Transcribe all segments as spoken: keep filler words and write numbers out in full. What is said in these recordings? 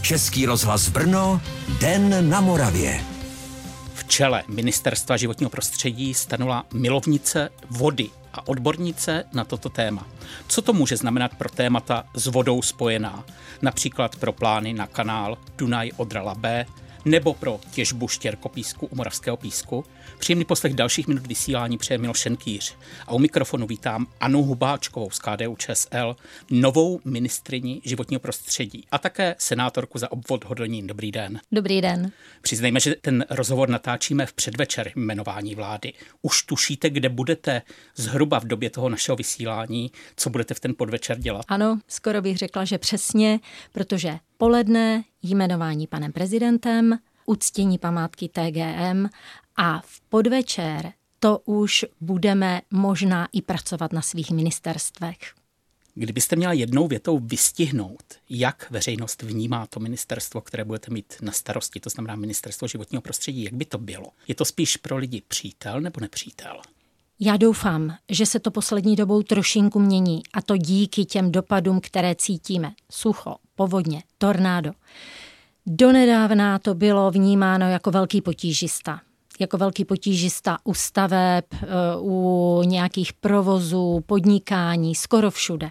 Český rozhlas Brno, Den na Moravě. V čele Ministerstva životního prostředí stanula milovnice vody a odbornice na toto téma. Co to může znamenat pro témata s vodou spojená? Například pro plány na kanál Dunaj-Odra-Labe nebo pro těžbu štěrkopísku u Moravského Písku? Příjemný poslech dalších minut vysílání přeje Miloš Šenkýř. A u mikrofonu vítám Annu Hubáčkovou z K D U Č S L, novou ministryni životního prostředí a také senátorku za obvod Hodonín. Dobrý den. Dobrý den. Přiznejme, že ten rozhovor natáčíme v předvečer jmenování vlády. Už tušíte, kde budete zhruba v době toho našeho vysílání, co budete v ten podvečer dělat? Ano, skoro bych řekla, že přesně, protože poledne jmenování panem prezidentem, uctění památky T G M a v podvečer to už budeme možná i pracovat na svých ministerstvech. Kdybyste měla jednou větou vystihnout, jak veřejnost vnímá to ministerstvo, které budete mít na starosti, to znamená Ministerstvo životního prostředí, jak by to bylo? Je to spíš pro lidi přítel nebo nepřítel? Já doufám, že se to poslední dobou trošinku mění a to díky těm dopadům, které cítíme. Sucho, povodně, tornádo. Donedávna to bylo vnímáno jako velký potížista. Jako velký potížista u staveb, u nějakých provozů, podnikání, skoro všude.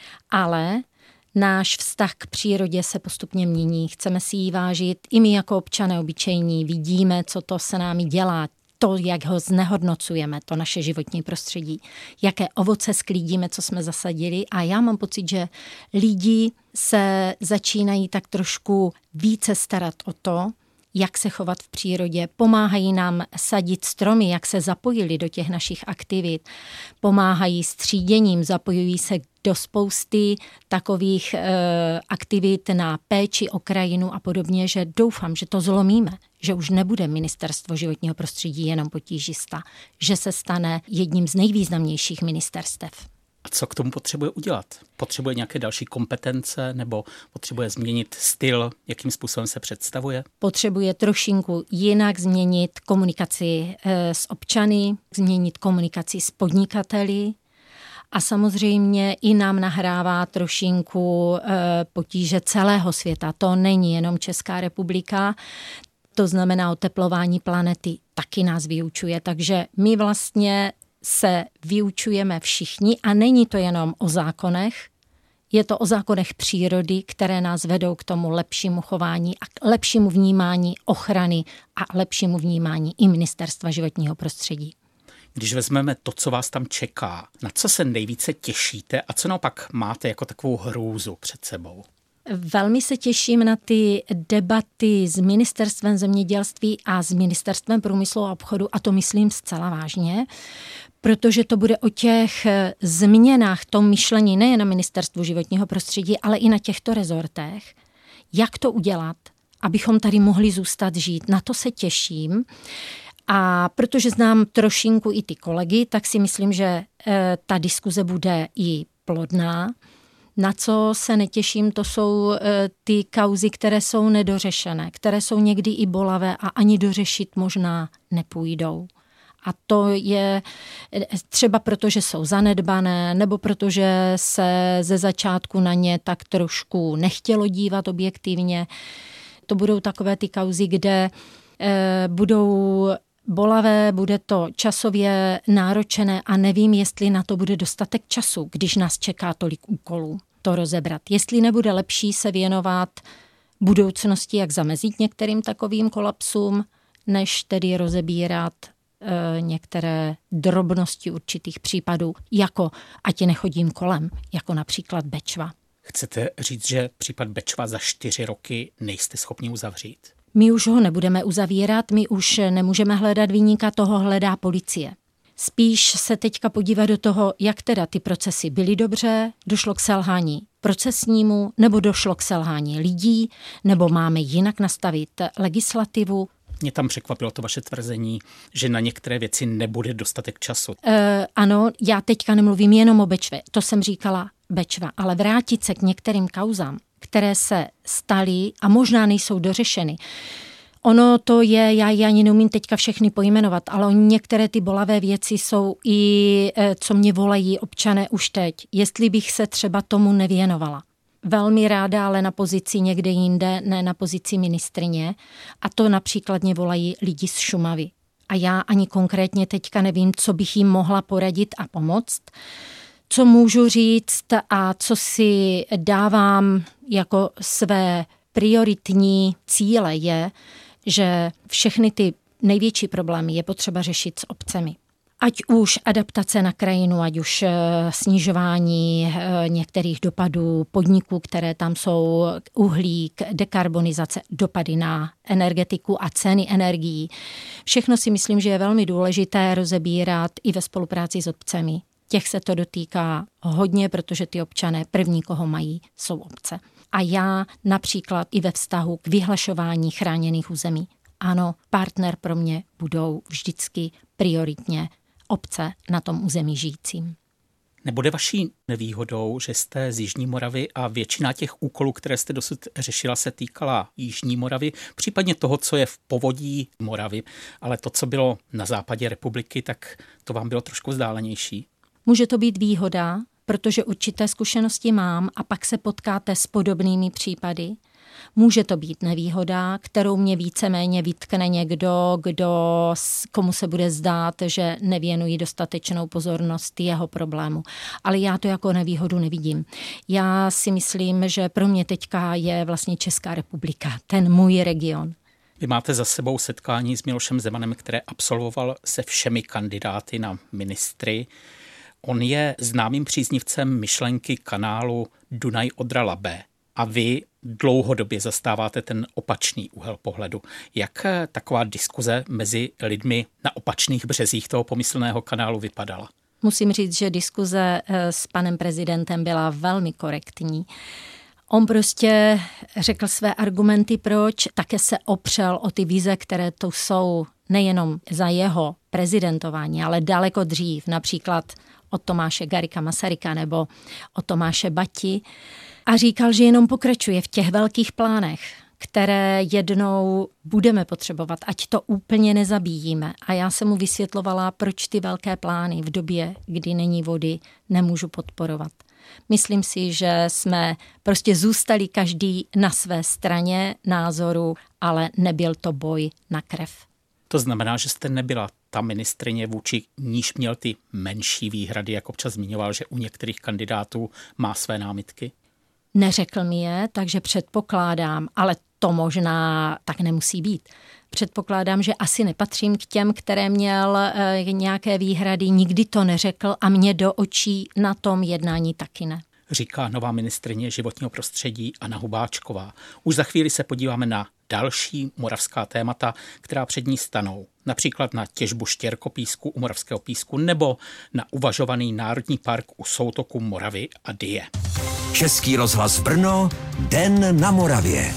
Ale náš vztah k přírodě se postupně mění. Chceme si ji vážit. I my jako občané obyčejní vidíme, co to se námi dělá. To, jak ho znehodnocujeme, to naše životní prostředí, jaké ovoce sklídíme, co jsme zasadili. A já mám pocit, že lidi se začínají tak trošku více starat o to, jak se chovat v přírodě. Pomáhají nám sadit stromy, jak se zapojili do těch našich aktivit. Pomáhají s tříděním, zapojují se do spousty takových e, aktivit na péči o krajinu a podobně, že doufám, že to zlomíme, že už nebude Ministerstvo životního prostředí jenom potížista, že se stane jedním z nejvýznamnějších ministerstev. A co k tomu potřebuje udělat? Potřebuje nějaké další kompetence nebo potřebuje změnit styl, jakým způsobem se představuje? Potřebuje trošinku jinak změnit komunikaci e, s občany, změnit komunikaci s podnikateli. A samozřejmě i nám nahrává trošinku e, potíže celého světa. To není jenom Česká republika, to znamená oteplování planety, taky nás vyučuje. Takže my vlastně se vyučujeme všichni a není to jenom o zákonech, je to o zákonech přírody, které nás vedou k tomu lepšímu chování a k lepšímu vnímání ochrany a lepšímu vnímání i Ministerstva životního prostředí. Když vezmeme to, co vás tam čeká, na co se nejvíce těšíte a co naopak máte jako takovou hrůzu před sebou? Velmi se těším na ty debaty s Ministerstvem zemědělství a s Ministerstvem průmyslu a obchodu a to myslím zcela vážně, protože to bude o těch změnách, tom myšlení nejen na Ministerstvu životního prostředí, ale i na těchto rezortech. Jak to udělat, abychom tady mohli zůstat žít? Na to se těším. A protože znám trošinku i ty kolegy, tak si myslím, že e, ta diskuze bude i plodná. Na co se netěším, to jsou e, ty kauzy, které jsou nedořešené, které jsou někdy i bolavé a ani dořešit možná nepůjdou. A to je třeba proto, že jsou zanedbané, nebo protože se ze začátku na ně tak trošku nechtělo dívat objektivně. To budou takové ty kauzy, kde e, budou bolavé, bude to časově náročené a nevím, jestli na to bude dostatek času, když nás čeká tolik úkolů to rozebrat. Jestli nebude lepší se věnovat budoucnosti, jak zamezit některým takovým kolapsům, než tedy rozebírat e, některé drobnosti určitých případů, jako ať nechodím kolem, jako například Bečva. Chcete říct, že případ Bečva za čtyři roky nejste schopni uzavřít? My už ho nebudeme uzavírat, my už nemůžeme hledat viníka, toho hledá policie. Spíš se teďka podívat do toho, jak teda ty procesy byly dobře, došlo k selhání procesnímu, nebo došlo k selhání lidí, nebo máme jinak nastavit legislativu. Mě tam překvapilo to vaše tvrzení, že na některé věci nebude dostatek času. E, ano, já teďka nemluvím jenom o Bečvě, to jsem říkala Bečva, ale vrátit se k některým kauzám, které se staly a možná nejsou dořešeny. Ono to je, já ji ani neumím teďka všechny pojmenovat, ale některé ty bolavé věci jsou i, co mě volají občané už teď. Jestli bych se třeba tomu nevěnovala. velmi ráda, ale na pozici někde jinde, ne na pozici ministryně. A to například mě volají lidi z Šumavy. A já ani konkrétně teďka nevím, co bych jim mohla poradit a pomoct. Co můžu říct a co si dávám jako své prioritní cíle je, že všechny ty největší problémy je potřeba řešit s obcemi. Ať už adaptace na krajinu, ať už snižování některých dopadů podniků, které tam jsou, uhlík, dekarbonizace, dopady na energetiku a ceny energií. Všechno si myslím, že je velmi důležité rozebírat i ve spolupráci s obcemi. Těch se to dotýká hodně, protože ty občané první, koho mají, jsou obce. A já například i ve vztahu k vyhlašování chráněných území. Ano, partner pro mě budou vždycky prioritně obce na tom území žijícím. Nebude vaší nevýhodou, že jste z Jižní Moravy a většina těch úkolů, které jste dosud řešila, se týkala Jižní Moravy, případně toho, co je v povodí Moravy, ale to, co bylo na západě republiky, tak to vám bylo trošku vzdálenější? Může to být výhoda, protože určité zkušenosti mám a pak se potkáte s podobnými případy. Může to být nevýhoda, kterou mě víceméně vytkne někdo, kdo, komu se bude zdát, že nevěnují dostatečnou pozornost jeho problému. Ale já to jako nevýhodu nevidím. Já si myslím, že pro mě teďka je vlastně Česká republika, ten můj region. Vy máte za sebou setkání s Milošem Zemanem, které absolvoval se všemi kandidáty na ministry. On je známým příznivcem myšlenky kanálu Dunaj-Odra-Labe a vy dlouhodobě zastáváte ten opačný úhel pohledu. Jak taková diskuze mezi lidmi na opačných březích toho pomyslného kanálu vypadala? Musím říct, že diskuze s panem prezidentem byla velmi korektní. On prostě řekl své argumenty, proč, také se opřel o ty vize, které tu jsou nejenom za jeho prezidentování, ale daleko dřív, například od Tomáše Garrigua Masaryka nebo od Tomáše Bati. A říkal, že jenom pokračuje v těch velkých plánech, které jednou budeme potřebovat, ať to úplně nezabíjíme. A já jsem mu vysvětlovala, proč ty velké plány v době, kdy není vody, nemůžu podporovat. Myslím si, že jsme prostě zůstali každý na své straně názoru, ale nebyl to boj na krev. To znamená, že jste nebyla ta ministryně, vůči níž měl ty menší výhrady, jak občas zmiňoval, že u některých kandidátů má své námitky? Neřekl mi je, takže předpokládám, ale to možná tak nemusí být. Předpokládám, že asi nepatřím k těm, které měl e, nějaké výhrady, nikdy to neřekl a mě do očí na tom jednání taky ne. Říká nová ministryně životního prostředí Anna Hubáčková. Už za chvíli se podíváme na další moravská témata, která před ní stanou. Například na těžbu štěrkopísku u Moravského Písku nebo na uvažovaný národní park u soutoku Moravy a Dyje. Český rozhlas Brno, Den na Moravě.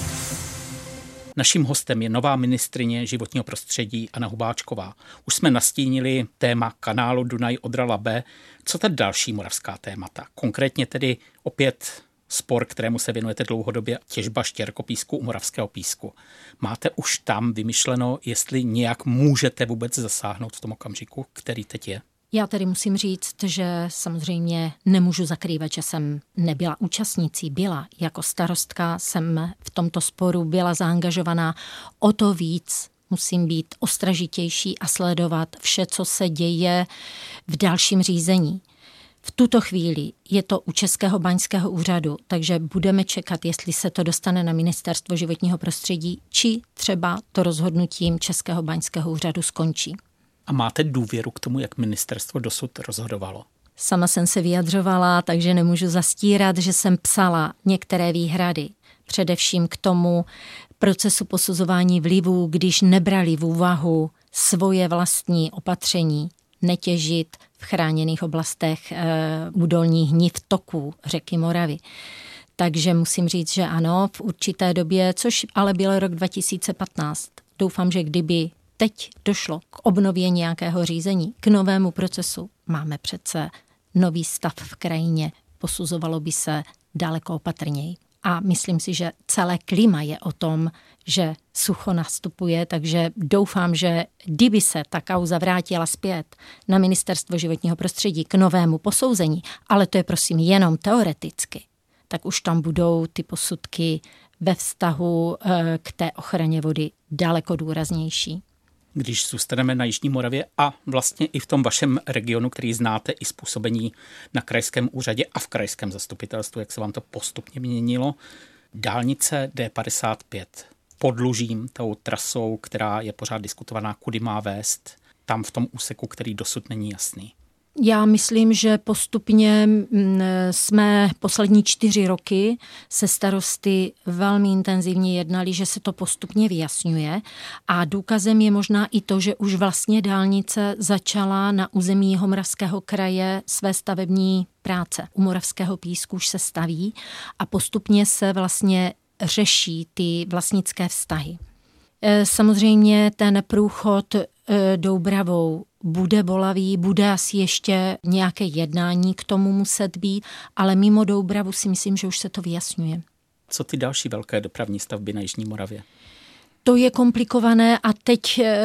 Naším hostem je nová ministryně životního prostředí Anna Hubáčková. Už jsme nastínili téma kanálu Dunaj-Odra-Labe. Co ta další moravská témata? Konkrétně tedy opět spor, kterému se věnujete dlouhodobě, těžba štěrkopísku u Moravského Písku. Máte už tam vymyšleno, jestli nějak můžete vůbec zasáhnout v tom okamžiku, který teď je? Já tedy musím říct, že samozřejmě nemůžu zakrývat, že jsem nebyla účastnicí, byla. Jako starostka jsem v tomto sporu byla zaangažovaná. O to víc musím být ostražitější a sledovat vše, co se děje v dalším řízení. V tuto chvíli je to u Českého báňského úřadu, takže budeme čekat, jestli se to dostane na Ministerstvo životního prostředí, či třeba to rozhodnutím Českého báňského úřadu skončí. A máte důvěru k tomu, jak ministerstvo dosud rozhodovalo? Sama jsem se vyjadřovala, takže nemůžu zastírat, že jsem psala některé výhrady. Především k tomu procesu posuzování vlivů, když nebrali v úvahu svoje vlastní opatření, netěžit v chráněných oblastech e, údolních niv toků řeky Moravy. Takže musím říct, že ano, v určité době, což ale byl rok dva tisíce patnáct. Doufám, že kdyby teď došlo k obnově nějakého řízení, k novému procesu, máme přece nový stav v krajině, posuzovalo by se daleko opatrněji. A myslím si, že celé klima je o tom, že sucho nastupuje, takže doufám, že kdyby se ta kauza vrátila zpět na Ministerstvo životního prostředí k novému posouzení, ale to je prosím jenom teoreticky, tak už tam budou ty posudky ve vztahu k té ochraně vody daleko důraznější. Když zůstaneme na Jižní Moravě a vlastně i v tom vašem regionu, který znáte i z působení na krajském úřadě a v krajském zastupitelstvu, jak se vám to postupně měnilo, dálnice D padesát pět pod Lužím, tou trasou, která je pořád diskutovaná, kudy má vést, tam v tom úseku, který dosud není jasný. Já myslím, že postupně jsme poslední čtyři roky se starosty velmi intenzivně jednali, že se to postupně vyjasňuje a důkazem je možná i to, že už vlastně dálnice začala na území Jihomoravského kraje své stavební práce. U Moravského Písku už se staví a postupně se vlastně řeší ty vlastnické vztahy. Samozřejmě ten průchod Doubravou bude bolavý, bude asi ještě nějaké jednání k tomu muset být, ale mimo Doubravu si myslím, že už se to vyjasňuje. Co ty další velké dopravní stavby na Jižní Moravě? To je komplikované a teď e,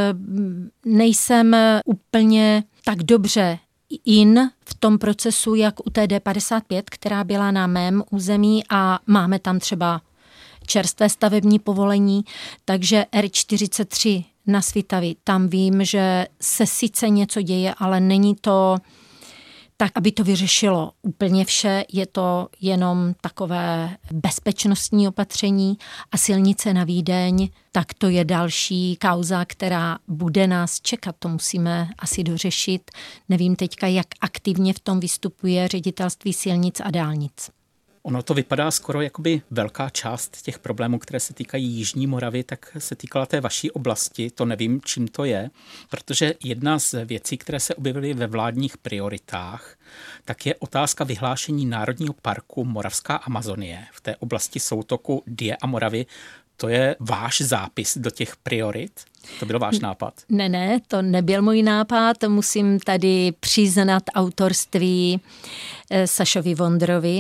nejsem úplně tak dobře in v tom procesu, jak u té D padesát pět, která byla na mém území a máme tam třeba čerstvé stavební povolení, takže R čtyřicet tři na Svitavi, tam vím, že se sice něco děje, ale není to tak, aby to vyřešilo úplně vše, je to jenom takové bezpečnostní opatření a silnice na Vídeň, tak to je další kauza, která bude nás čekat, to musíme asi dořešit. Nevím teďka, jak aktivně v tom vystupuje Ředitelství silnic a dálnic. Ono to vypadá skoro jakoby velká část těch problémů, které se týkají Jižní Moravy, tak se týkala té vaší oblasti, to nevím, čím to je, protože jedna z věcí, které se objevily ve vládních prioritách, tak je otázka vyhlášení Národního parku Moravská Amazonie v té oblasti soutoku Dyje a Moravy. To je váš zápis do těch priorit? To byl váš nápad? Ne, ne, to nebyl můj nápad, musím tady přiznat autorství Sašovi Vondrovi.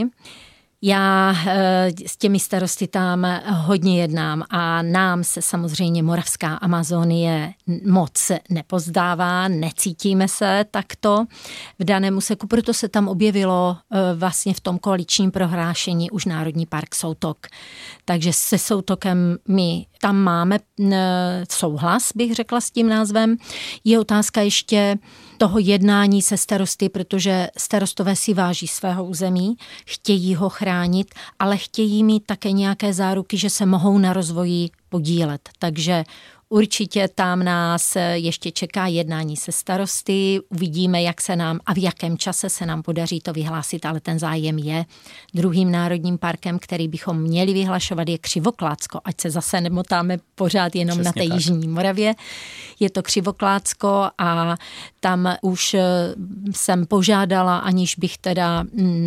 Já s těmi starosty tam hodně jednám a nám se samozřejmě Moravská Amazonie moc nepozdává, necítíme se takto v daném úseku, proto se tam objevilo vlastně v tom koaličním prohlášení už Národní park Soutok. Takže se Soutokem my tam máme souhlas, bych řekla s tím názvem. Je otázka ještě toho jednání se starosty, protože starostové si váží svého území, chtějí ho chránit, ale chtějí mít také nějaké záruky, že se mohou na rozvoji podílet. Takže určitě tam nás ještě čeká jednání se starosty, uvidíme, jak se nám a v jakém čase se nám podaří to vyhlásit, ale ten zájem je. Druhým národním parkem, který bychom měli vyhlašovat, je Křivoklácko, ať se zase nemotáme pořád jenom Přesně na té tak. Jižní Moravě. Je to Křivoklácko a tam už jsem požádala, aniž bych teda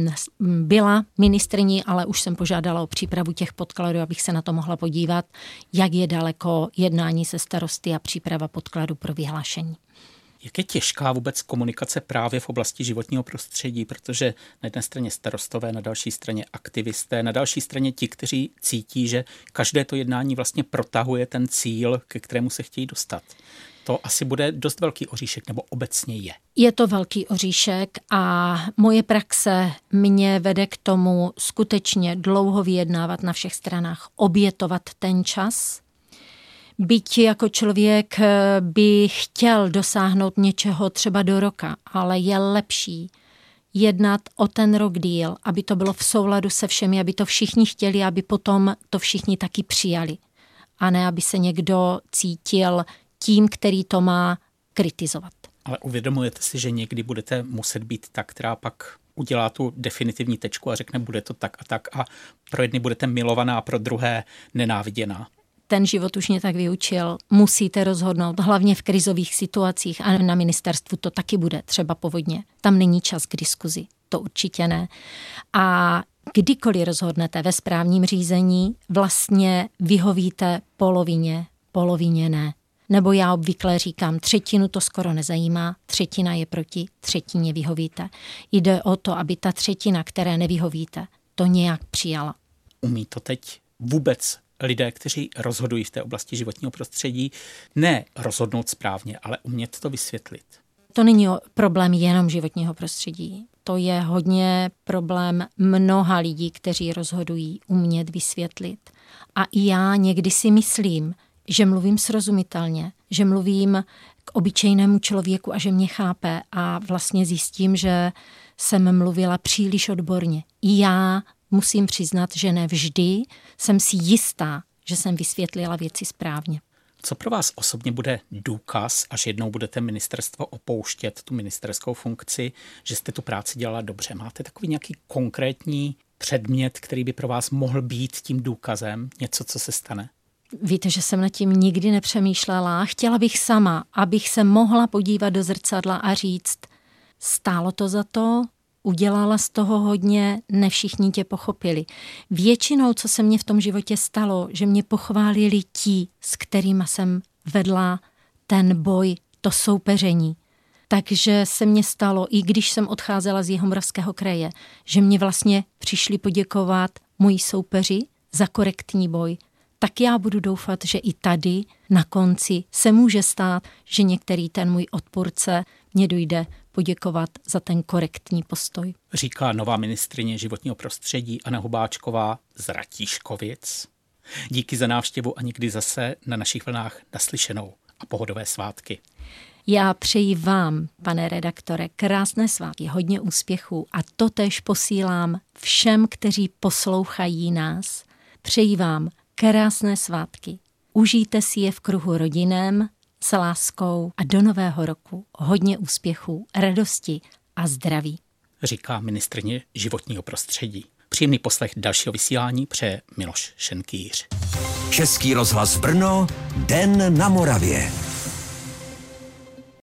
byla ministryní, ale už jsem požádala o přípravu těch podkladů, abych se na to mohla podívat, jak je daleko jednání se starosty a příprava podkladu pro vyhlášení. Jak je těžká vůbec komunikace právě v oblasti životního prostředí, protože na jedné straně starostové, na další straně aktivisté, na další straně ti, kteří cítí, že každé to jednání vlastně protahuje ten cíl, ke kterému se chtějí dostat. To asi bude dost velký oříšek, nebo obecně je. Je to velký oříšek a moje praxe mě vede k tomu skutečně dlouho vyjednávat na všech stranách, obětovat ten čas. Byť jako člověk by chtěl dosáhnout něčeho třeba do roka, ale je lepší jednat o ten rok díl, aby to bylo v souladu se všemi, aby to všichni chtěli, aby potom to všichni taky přijali. A ne, aby se někdo cítil tím, který to má kritizovat. Ale uvědomujete si, že někdy budete muset být ta, která pak udělá tu definitivní tečku a řekne, bude to tak a tak a pro jedny budete milovaná a pro druhé nenáviděná. Ten život už mě tak vyučil, musíte rozhodnout, hlavně v krizových situacích a na ministerstvu to taky bude, třeba povodně. Tam není čas k diskuzi, to určitě ne. A kdykoliv rozhodnete ve správním řízení, vlastně vyhovíte polovině, polovině ne. Nebo já obvykle říkám, třetinu to skoro nezajímá, třetina je proti, třetině vyhovíte. Jde o to, aby ta třetina, které nevyhovíte, to nějak přijala. Umí to teď vůbec lidé, kteří rozhodují v té oblasti životního prostředí, ne rozhodnout správně, ale umět to vysvětlit? To není problém jenom životního prostředí. to je hodně problém mnoha lidí, kteří rozhodují umět vysvětlit. A i já někdy si myslím, že mluvím srozumitelně, že mluvím k obyčejnému člověku a že mě chápe a vlastně zjistím, že jsem mluvila příliš odborně. I já musím přiznat, že ne vždy jsem si jistá, že jsem vysvětlila věci správně. Co pro vás osobně bude důkaz, až jednou budete ministerstvo opouštět, tu ministerskou funkci, že jste tu práci dělala dobře? Máte takový nějaký konkrétní předmět, který by pro vás mohl být tím důkazem, něco, co se stane? Víte, že jsem nad tím nikdy nepřemýšlela. Chtěla bych sama, abych se mohla podívat do zrcadla a říct, stálo to za to, udělala z toho hodně, ne všichni tě pochopili. Většinou, co se mně v tom životě stalo, že mě pochválili ti, s kterými jsem vedla ten boj, to soupeření. Takže se mně stalo, i když jsem odcházela z Jihomoravského kraje, že mě vlastně přišli poděkovat moji soupeři za korektní boj. Tak já budu doufat, že i tady na konci se může stát, že některý ten můj odpůrce mě dojde poděkovat za ten korektní postoj. Říká nová ministryně životního prostředí Anna Hubáčková z Ratíškovic. Díky za návštěvu a někdy zase na našich vlnách naslyšenou a pohodové svátky. Já přeji vám, pane redaktore, krásné svátky, hodně úspěchů a totéž posílám všem, kteří poslouchají nás. Přeji vám krásné svátky. Užijte si je v kruhu rodinném, s láskou a do nového roku hodně úspěchů, radosti a zdraví. Říká ministryně životního prostředí. Příjemný poslech dalšího vysílání přeje Miloš Šenkýř. Český rozhlas Brno, Den na Moravě.